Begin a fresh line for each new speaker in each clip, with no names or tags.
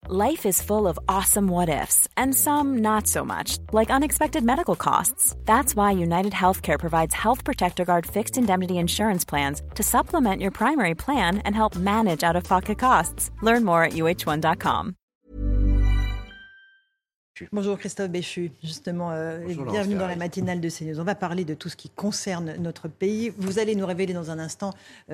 Life is full of awesome what-ifs, and some not so much, like unexpected medical costs. That's why United Healthcare provides Health Protector Guard fixed indemnity insurance plans to supplement your primary plan and help manage out-of-pocket costs. Learn more at uh1.com.
Bonjour Christophe Béchu, justement, bienvenue dans la matinale de CNews. On va parler de tout ce qui concerne notre pays. Vous allez nous révéler dans un instant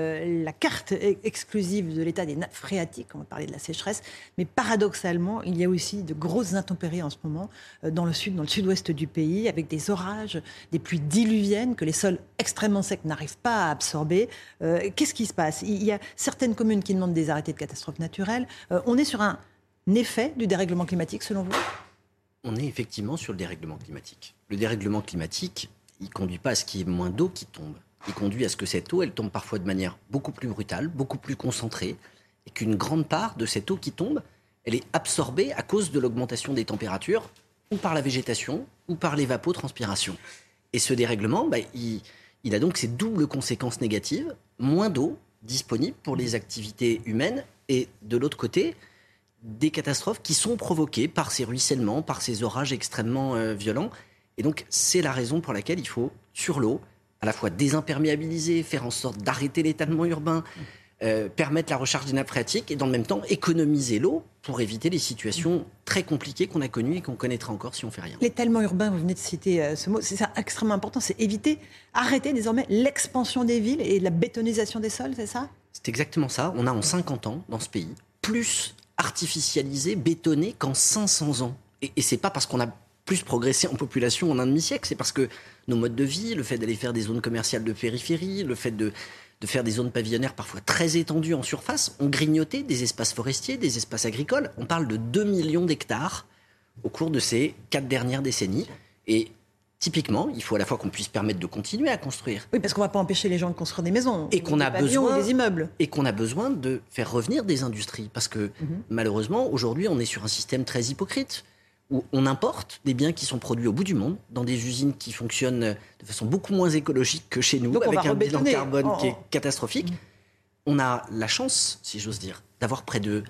la carte exclusive de l'état des nappes phréatiques. On va parler de la sécheresse. Mais paradoxalement, il y a aussi de grosses intempéries en ce moment dans le sud-ouest du pays, avec des orages, des pluies diluviennes que les sols extrêmement secs n'arrivent pas à absorber. Qu'est-ce qui se passe ? Il y a certaines communes qui demandent des arrêtés de catastrophes naturelles. On est sur un effet du dérèglement climatique, selon vous ?
On est effectivement sur le dérèglement climatique. Le dérèglement climatique, il ne conduit pas à ce qu'il y ait moins d'eau qui tombe. Il conduit à ce que cette eau, elle tombe parfois de manière beaucoup plus brutale, beaucoup plus concentrée, et qu'une grande part de cette eau qui tombe, elle est absorbée à cause de l'augmentation des températures, ou par la végétation, ou par l'évapotranspiration. Et ce dérèglement, il a donc ces doubles conséquences négatives, moins d'eau disponible pour les activités humaines, et de l'autre côté, des catastrophes qui sont provoquées par ces ruissellements, par ces orages extrêmement violents. Et donc, c'est la raison pour laquelle il faut, sur l'eau, à la fois désimperméabiliser, faire en sorte d'arrêter l'étalement urbain, permettre la recharge des nappes phréatiques et dans le même temps économiser l'eau pour éviter les situations très compliquées qu'on a connues et qu'on connaîtra encore si on ne fait rien.
L'étalement urbain, vous venez de citer ce mot, c'est ça extrêmement important, c'est arrêter désormais l'expansion des villes et la bétonisation des sols, c'est ça ?
C'est exactement ça. On a en 50 ans, dans ce pays, plus artificialisé, bétonné qu'en 500 ans. Et c'est pas parce qu'on a plus progressé en population en un demi-siècle, c'est parce que nos modes de vie, le fait d'aller faire des zones commerciales de périphérie, le fait de faire des zones pavillonnaires parfois très étendues en surface, ont grignoté des espaces forestiers, des espaces agricoles. On parle de 2 millions d'hectares au cours de ces 4 dernières décennies. Et typiquement, il faut à la fois qu'on puisse permettre de continuer à construire.
Oui, parce qu'on ne va pas empêcher les gens de construire des maisons,
et qu'on a besoin
des immeubles.
Et qu'on a besoin de faire revenir des industries. Parce que malheureusement, aujourd'hui, on est sur un système très hypocrite, où on importe des biens qui sont produits au bout du monde, dans des usines qui fonctionnent de façon beaucoup moins écologique que chez nous,
donc
avec un bilan carbone qui est catastrophique. On a la chance, si j'ose dire, d'avoir près de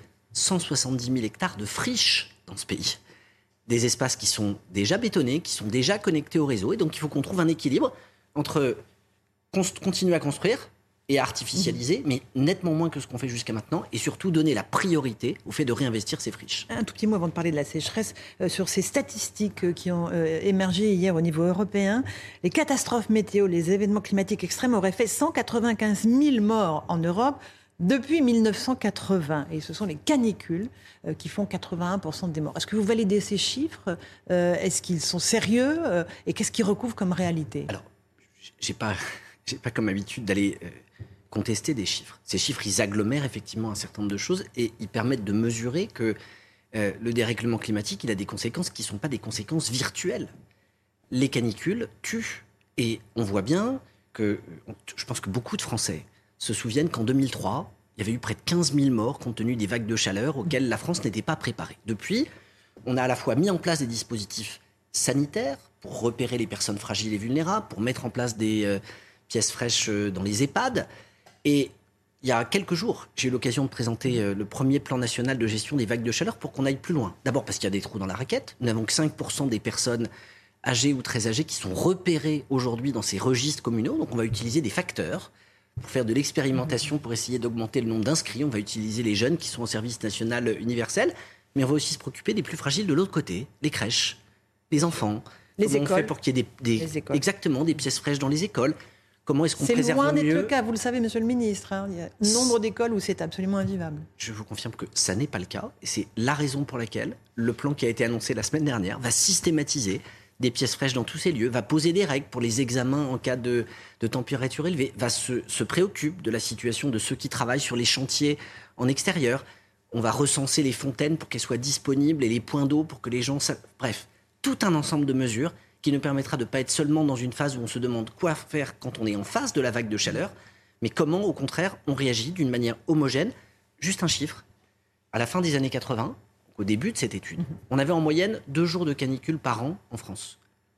170 000 hectares de friches dans ce pays. Des espaces qui sont déjà bétonnés, qui sont déjà connectés au réseau. Et donc, il faut qu'on trouve un équilibre entre continuer à construire et à artificialiser, mais nettement moins que ce qu'on fait jusqu'à maintenant, et surtout donner la priorité au fait de réinvestir ces friches.
Un tout petit mot avant de parler de la sécheresse, sur ces statistiques qui ont émergé hier au niveau européen. Les catastrophes météo, les événements climatiques extrêmes auraient fait 195 000 morts en Europe depuis 1980. Et ce sont les canicules qui font 81% des morts. Est-ce que vous validez ces chiffres ? Est-ce qu'ils sont sérieux ? Et qu'est-ce qu'ils recouvrent comme réalité ?
Alors, j'ai pas comme habitude d'aller contester des chiffres. Ces chiffres, ils agglomèrent effectivement un certain nombre de choses et ils permettent de mesurer que le dérèglement climatique, il a des conséquences qui ne sont pas des conséquences virtuelles. Les canicules tuent. Et on voit bien que, je pense que beaucoup de Français se souviennent qu'en 2003, il y avait eu près de 15 000 morts compte tenu des vagues de chaleur auxquelles la France n'était pas préparée. Depuis, on a à la fois mis en place des dispositifs sanitaires pour repérer les personnes fragiles et vulnérables, pour mettre en place des pièces fraîches dans les EHPAD. Et il y a quelques jours, j'ai eu l'occasion de présenter le premier plan national de gestion des vagues de chaleur pour qu'on aille plus loin. D'abord parce qu'il y a des trous dans la raquette. Nous n'avons que 5% des personnes âgées ou très âgées qui sont repérées aujourd'hui dans ces registres communaux. Donc on va utiliser des facteurs pour faire de l'expérimentation, pour essayer d'augmenter le nombre d'inscrits. On va utiliser les jeunes qui sont au service national universel, mais on va aussi se préoccuper des plus fragiles de l'autre côté, les crèches, les enfants.
Les écoles.
On fait pour qu'il y ait exactement des pièces fraîches dans les écoles. Comment est-ce qu'on préserve mieux ?
C'est loin d'être le cas, vous le savez, monsieur le ministre. Il y a nombre d'écoles où c'est absolument invivable.
Je vous confirme que ça n'est pas le cas. Et c'est la raison pour laquelle le plan qui a été annoncé la semaine dernière va systématiser des pièces fraîches dans tous ces lieux, va poser des règles pour les examens en cas de température élevée, va se préoccuper de la situation de ceux qui travaillent sur les chantiers en extérieur. On va recenser les fontaines pour qu'elles soient disponibles et les points d'eau pour que les gens... Bref, tout un ensemble de mesures qui nous permettra de ne pas être seulement dans une phase où on se demande quoi faire quand on est en face de la vague de chaleur, mais comment, au contraire, on réagit d'une manière homogène. Juste un chiffre. À la fin des années 80, au début de cette étude, on avait en moyenne 2 jours de canicule par an en France.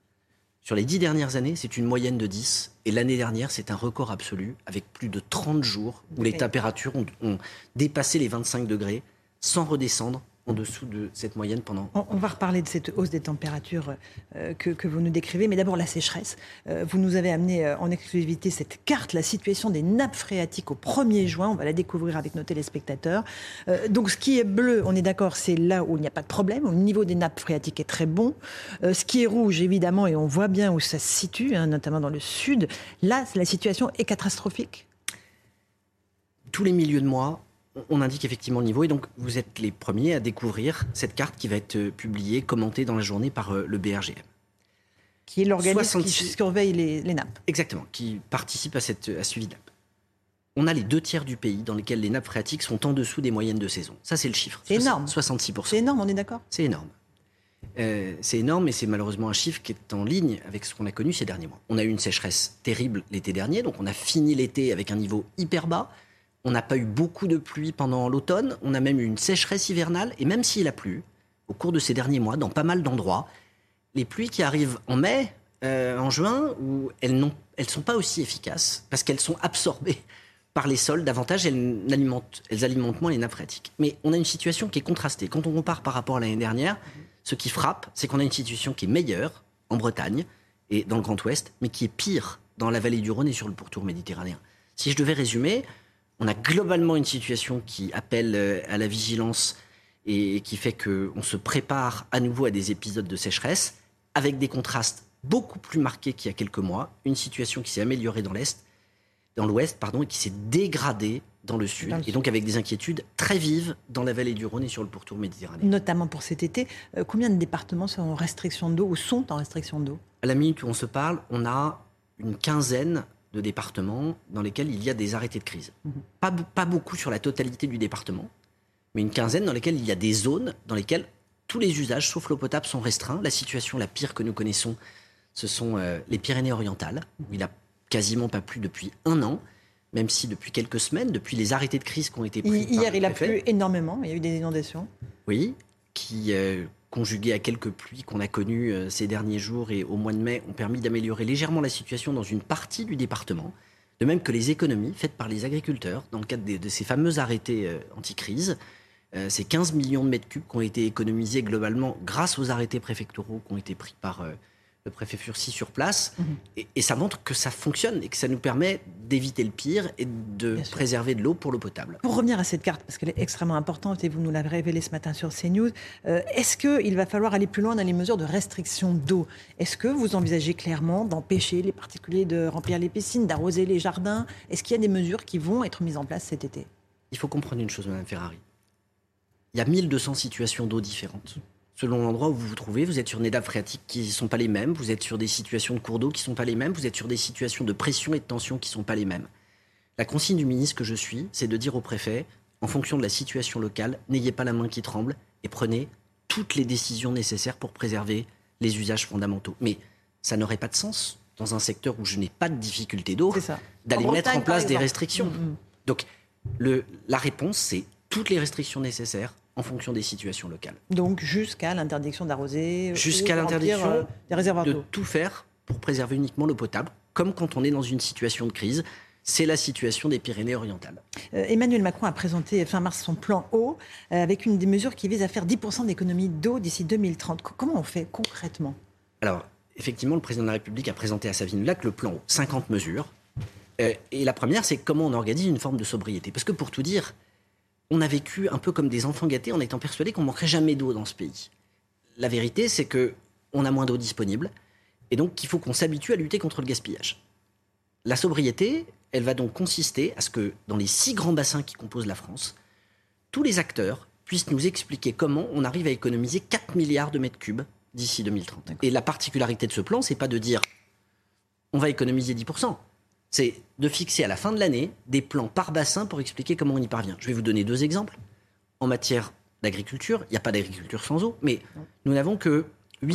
Sur les 10 dernières années, c'est une moyenne de 10. Et l'année dernière, c'est un record absolu, avec plus de 30 jours où les températures ont dépassé les 25 degrés, sans redescendre en dessous de cette moyenne pendant...
On va reparler de cette hausse des températures que vous nous décrivez, mais d'abord la sécheresse. Vous nous avez amené en exclusivité cette carte, la situation des nappes phréatiques au 1er juin. On va la découvrir avec nos téléspectateurs. Donc ce qui est bleu, on est d'accord, c'est là où il n'y a pas de problème, où le niveau des nappes phréatiques est très bon. Ce qui est rouge, évidemment, et on voit bien où ça se situe, notamment dans le sud, là, la situation est catastrophique.
Tous les milieux de mois, on indique effectivement le niveau et donc vous êtes les premiers à découvrir cette carte qui va être publiée, commentée dans la journée par le BRGM.
Qui est l'organisme qui surveille les nappes.
Exactement, qui participe à ce suivi de nappes. On a les 2/3 du pays dans lesquels les nappes phréatiques sont en dessous des moyennes de saison. Ça, c'est le chiffre.
C'est énorme.
66%.
C'est énorme, on est d'accord ?
C'est énorme. C'est énorme et c'est malheureusement un chiffre qui est en ligne avec ce qu'on a connu ces derniers mois. On a eu une sécheresse terrible l'été dernier, donc on a fini l'été avec un niveau hyper bas. On n'a pas eu beaucoup de pluie pendant l'automne, on a même eu une sécheresse hivernale, et même s'il a plu, au cours de ces derniers mois, dans pas mal d'endroits, les pluies qui arrivent en mai, en juin, où elles ne sont pas aussi efficaces, parce qu'elles sont absorbées par les sols davantage, elles alimentent moins les nappes phréatiques. Mais on a une situation qui est contrastée. Quand on compare par rapport à l'année dernière, ce qui frappe, c'est qu'on a une situation qui est meilleure en Bretagne et dans le Grand Ouest, mais qui est pire dans la vallée du Rhône et sur le pourtour méditerranéen. Si je devais résumer, on a globalement une situation qui appelle à la vigilance et qui fait qu'on se prépare à nouveau à des épisodes de sécheresse, avec des contrastes beaucoup plus marqués qu'il y a quelques mois, une situation qui s'est améliorée dans l'ouest, et qui s'est dégradée dans le sud, et donc avec des inquiétudes très vives dans la vallée du Rhône et sur le pourtour méditerranéen.
Notamment pour cet été, combien de départements sont en restriction d'eau ou sont en restriction d'eau ?
À la minute où on se parle, on a une quinzaine de départements dans lesquels il y a des arrêtés de crise. Pas beaucoup sur la totalité du département, mais une quinzaine dans lesquelles il y a des zones dans lesquelles tous les usages, sauf l'eau potable, sont restreints. La situation la pire que nous connaissons, ce sont les Pyrénées-Orientales, où il n'a quasiment pas plu depuis 1 an, même si depuis quelques semaines, depuis les arrêtés de crise qui ont été pris
Hier, il a plu énormément, il y a eu des inondations.
Oui, qui, conjuguées à quelques pluies qu'on a connues ces derniers jours et au mois de mai, ont permis d'améliorer légèrement la situation dans une partie du département. De même que les économies faites par les agriculteurs, dans le cadre de ces fameux arrêtés anti-crise, ces 15 millions de mètres cubes qui ont été économisés globalement grâce aux arrêtés préfectoraux qui ont été pris par le préfet Furcy sur place. Et ça montre que ça fonctionne et que ça nous permet d'éviter le pire et de préserver de l'eau pour l'eau potable.
Pour revenir à cette carte, parce qu'elle est extrêmement importante et vous nous l'avez révélé ce matin sur CNews, est-ce qu'il va falloir aller plus loin dans les mesures de restriction d'eau ? Est-ce que vous envisagez clairement d'empêcher les particuliers de remplir les piscines, d'arroser les jardins ? Est-ce qu'il y a des mesures qui vont être mises en place cet été ?
Il faut comprendre une chose, Madame Ferrari. Il y a 1200 situations d'eau différentes. Selon l'endroit où vous vous trouvez, vous êtes sur des nappes phréatiques qui ne sont pas les mêmes, vous êtes sur des situations de cours d'eau qui ne sont pas les mêmes, vous êtes sur des situations de pression et de tension qui ne sont pas les mêmes. La consigne du ministre que je suis, c'est de dire au préfet, en fonction de la situation locale, n'ayez pas la main qui tremble et prenez toutes les décisions nécessaires pour préserver les usages fondamentaux. Mais ça n'aurait pas de sens, dans un secteur où je n'ai pas de difficulté d'eau, d'aller mettre en place des restrictions. Donc la réponse, c'est toutes les restrictions nécessaires en fonction des situations locales.
Donc jusqu'à l'interdiction d'arroser,
jusqu'à l'interdiction
des réservoirs
de
d'eau.
Tout faire pour préserver uniquement l'eau potable, comme quand on est dans une situation de crise. C'est la situation des Pyrénées-Orientales.
Emmanuel Macron a présenté fin mars son plan eau, avec une des mesures qui vise à faire 10% d'économie d'eau d'ici 2030. Comment on fait concrètement ?
Alors, effectivement, le président de la République a présenté à Savigny-le-Lac le plan eau, 50 mesures. Et la première, c'est comment on organise une forme de sobriété. Parce que pour tout dire, on a vécu un peu comme des enfants gâtés en étant persuadés qu'on ne manquerait jamais d'eau dans ce pays. La vérité, c'est qu'on a moins d'eau disponible et donc qu'il faut qu'on s'habitue à lutter contre le gaspillage. La sobriété, elle va donc consister à ce que dans les 6 grands bassins qui composent la France, tous les acteurs puissent nous expliquer comment on arrive à économiser 4 milliards de mètres cubes d'ici 2030. D'accord. Et la particularité de ce plan, c'est pas de dire on va économiser 10%. C'est de fixer à la fin de l'année des plans par bassin pour expliquer comment on y parvient. Je vais vous donner 2 exemples. En matière d'agriculture, il n'y a pas d'agriculture sans eau, mais nous n'avons que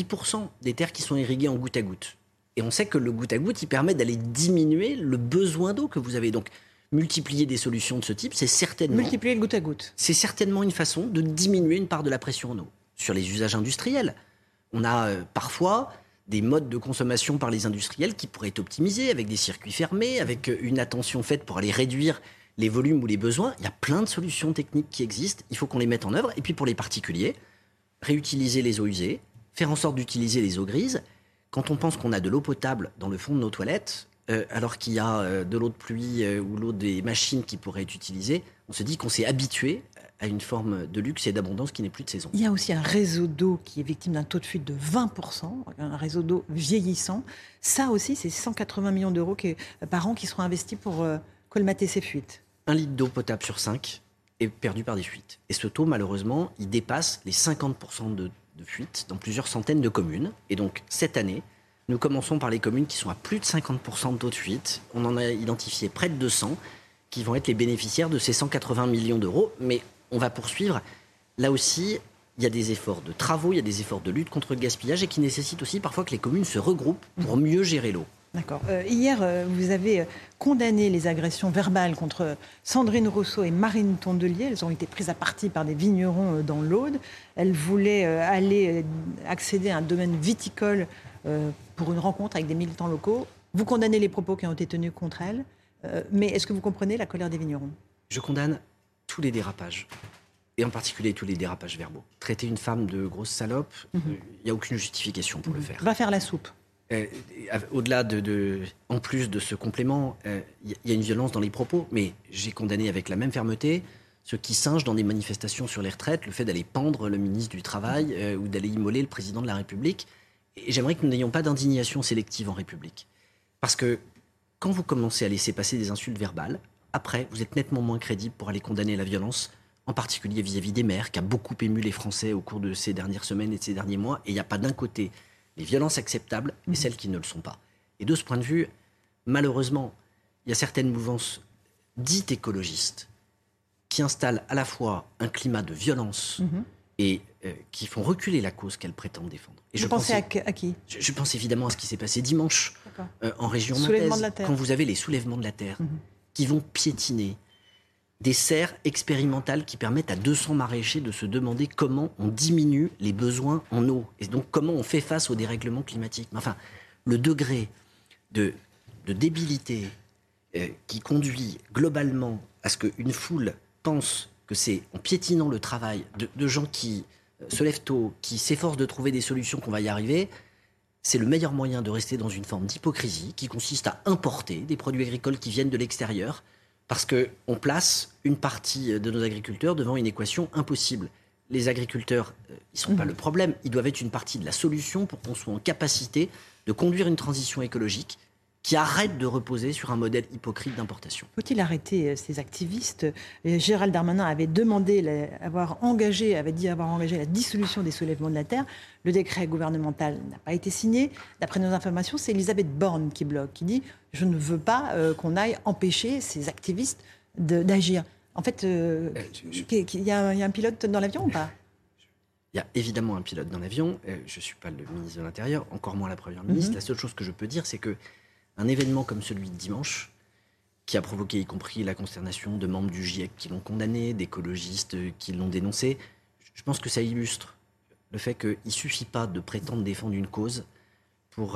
8% des terres qui sont irriguées en goutte à goutte. Et on sait que le goutte à goutte, il permet d'aller diminuer le besoin d'eau que vous avez. Donc, multiplier des solutions de ce type, c'est certainement...
Multiplier le goutte à goutte.
C'est certainement une façon de diminuer une part de la pression en eau. Sur les usages industriels, on a parfois des modes de consommation par les industriels qui pourraient être optimisés avec des circuits fermés, avec une attention faite pour aller réduire les volumes ou les besoins, il y a plein de solutions techniques qui existent. Il faut qu'on les mette en œuvre. Et puis pour les particuliers, réutiliser les eaux usées, faire en sorte d'utiliser les eaux grises. Quand on pense qu'on a de l'eau potable dans le fond de nos toilettes, alors qu'il y a de l'eau de pluie ou l'eau des machines qui pourraient être utilisées, on se dit qu'on s'est habitué à une forme de luxe et d'abondance qui n'est plus de saison.
Il y a aussi un réseau d'eau qui est victime d'un taux de fuite de 20%, un réseau d'eau vieillissant. Ça aussi, c'est 180 millions d'euros par an qui seront investis pour colmater ces fuites.
1 litre d'eau potable sur 5 est perdu par des fuites. Et ce taux, malheureusement, il dépasse les 50% de fuites dans plusieurs centaines de communes. Et donc, cette année, nous commençons par les communes qui sont à plus de 50% de taux de fuite. On en a identifié près de 200 qui vont être les bénéficiaires de ces 180 millions d'euros. Mais on va poursuivre. Là aussi, il y a des efforts de travaux, il y a des efforts de lutte contre le gaspillage et qui nécessitent aussi parfois que les communes se regroupent pour mieux gérer l'eau.
D'accord. Hier, vous avez condamné les agressions verbales contre Sandrine Rousseau et Marine Tondelier. Elles ont été prises à partie par des vignerons dans l'Aude. Elles voulaient aller accéder à un domaine viticole pour une rencontre avec des militants locaux. Vous condamnez les propos qui ont été tenus contre elles. Mais est-ce que vous comprenez la colère des vignerons ?
Je condamne tous les dérapages. Et en particulier tous les dérapages verbaux. Traiter une femme de grosse salope, il n'y a aucune justification pour le faire.
Va faire la soupe.
Au-delà en plus de ce complément, il y a une violence dans les propos, mais j'ai condamné avec la même fermeté ceux qui singent dans des manifestations sur les retraites le fait d'aller pendre le ministre du Travail ou d'aller immoler le président de la République. Et j'aimerais que nous n'ayons pas d'indignation sélective en République. Parce que quand vous commencez à laisser passer des insultes verbales, après, vous êtes nettement moins crédible pour aller condamner la violence, en particulier vis-à-vis des maires, qui a beaucoup ému les Français au cours de ces dernières semaines et de ces derniers mois. Et il n'y a pas d'un côté les violences acceptables et celles qui ne le sont pas. Et de ce point de vue, malheureusement, il y a certaines mouvances dites écologistes qui installent à la fois un climat de violence et qui font reculer la cause qu'elles prétendent défendre. Et
vous pensez à qui ?
Je pense évidemment à ce qui s'est passé dimanche en région
nantaise,
quand vous avez les soulèvements de la terre qui vont piétiner des serres expérimentales qui permettent à 200 maraîchers de se demander comment on diminue les besoins en eau et donc comment on fait face au dérèglement climatique. Enfin, le degré de débilité qui conduit globalement à ce qu'une foule pense que c'est en piétinant le travail de gens qui se lèvent tôt, qui s'efforcent de trouver des solutions qu'on va y arriver, c'est le meilleur moyen de rester dans une forme d'hypocrisie qui consiste à importer des produits agricoles qui viennent de l'extérieur parce qu'on place une partie de nos agriculteurs devant une équation impossible. Les agriculteurs, ils ne sont pas le problème, ils doivent être une partie de la solution pour qu'on soit en capacité de conduire une transition écologique qui arrête de reposer sur un modèle hypocrite d'importation.
Faut-il arrêter ces activistes ? Gérald Darmanin avait dit avoir engagé la dissolution des soulèvements de la terre. Le décret gouvernemental n'a pas été signé. D'après nos informations, c'est Elisabeth Borne qui bloque, qui dit « je ne veux pas qu'on aille empêcher ces activistes d'agir ». En fait, il y a un pilote dans l'avion ou pas ?
Il y a évidemment un pilote dans l'avion. Je ne suis pas le ministre de l'Intérieur, encore moins la Première ministre. La seule chose que je peux dire, c'est que un événement comme celui de dimanche, qui a provoqué y compris la consternation de membres du GIEC qui l'ont condamné, d'écologistes qui l'ont dénoncé, je pense que ça illustre le fait qu'il ne suffit pas de prétendre défendre une cause pour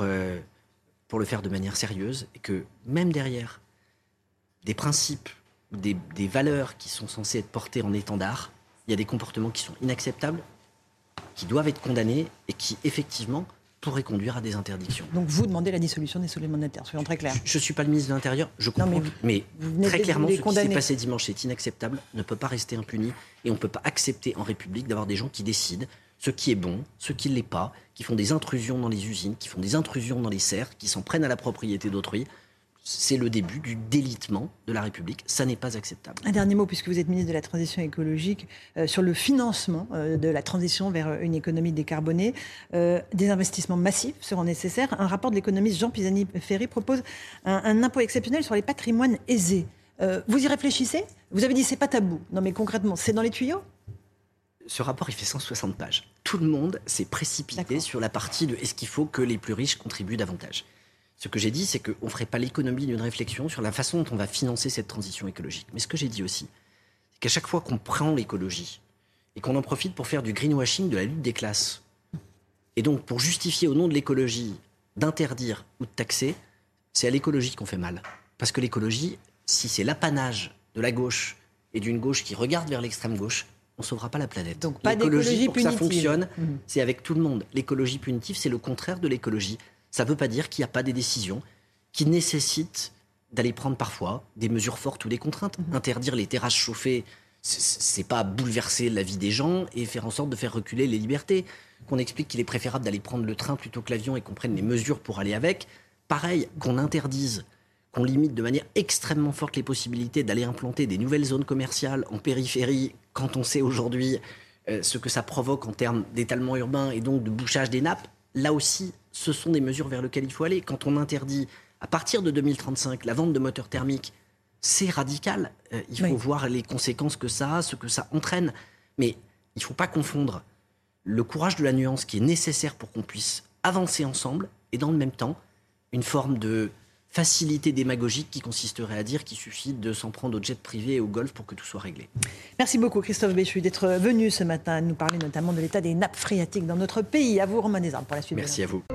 le faire de manière sérieuse, et que même derrière des principes, des valeurs qui sont censées être portées en étendard, il y a des comportements qui sont inacceptables, qui doivent être condamnés et qui, effectivement, pourrait conduire à des interdictions.
Donc vous demandez la dissolution des soulèvements de la terre, soyons très clairs.
Je ne suis pas le ministre de l'Intérieur, je comprends, mais très clairement, ce qui s'est passé dimanche, c'est inacceptable, ne peut pas rester impuni, et on ne peut pas accepter en République d'avoir des gens qui décident ce qui est bon, ce qui ne l'est pas, qui font des intrusions dans les usines, qui font des intrusions dans les serres, qui s'en prennent à la propriété d'autrui. C'est le début du délitement de la République. Ça n'est pas acceptable.
Un dernier mot, puisque vous êtes ministre de la Transition écologique, sur le financement de la transition vers une économie décarbonée. Des investissements massifs seront nécessaires. Un rapport de l'économiste Jean Pisani-Ferry propose un impôt exceptionnel sur les patrimoines aisés. Vous y réfléchissez ? Vous avez dit c'est pas tabou. Non mais concrètement, c'est dans les tuyaux ?
Ce rapport, il fait 160 pages. Tout le monde s'est précipité sur la partie de est-ce qu'il faut que les plus riches contribuent davantage ? Ce que j'ai dit, c'est qu'on ne ferait pas l'économie d'une réflexion sur la façon dont on va financer cette transition écologique. Mais ce que j'ai dit aussi, c'est qu'à chaque fois qu'on prend l'écologie et qu'on en profite pour faire du greenwashing de la lutte des classes, et donc pour justifier au nom de l'écologie d'interdire ou de taxer, c'est à l'écologie qu'on fait mal. Parce que l'écologie, si c'est l'apanage de la gauche et d'une gauche qui regarde vers l'extrême gauche, on ne sauvera pas la planète.
Donc pas d'écologie
pour que ça fonctionne,
punitive.
c'est avec tout le monde. L'écologie punitive, c'est le contraire de l'écologie. Ça ne veut pas dire qu'il n'y a pas des décisions qui nécessitent d'aller prendre parfois des mesures fortes ou des contraintes. Interdire les terrasses chauffées, c'est pas bouleverser la vie des gens et faire en sorte de faire reculer les libertés. Qu'on explique qu'il est préférable d'aller prendre le train plutôt que l'avion et qu'on prenne les mesures pour aller avec. Pareil, qu'on interdise, qu'on limite de manière extrêmement forte les possibilités d'aller implanter des nouvelles zones commerciales en périphérie, quand on sait aujourd'hui ce que ça provoque en termes d'étalement urbain et donc de bouchage des nappes. Là aussi, ce sont des mesures vers lesquelles il faut aller. Quand on interdit, à partir de 2035, la vente de moteurs thermiques, c'est radical. Il faut voir les conséquences que ça a, ce que ça entraîne. Mais il ne faut pas confondre le courage de la nuance qui est nécessaire pour qu'on puisse avancer ensemble et dans le même temps, une forme de facilité démagogique qui consisterait à dire qu'il suffit de s'en prendre au jet privé et au golf pour que tout soit réglé.
Merci beaucoup Christophe Béchu d'être venu ce matin nous parler notamment de l'état des nappes phréatiques dans notre pays. À vous Romain Desarmes pour la suite.
Merci à vous.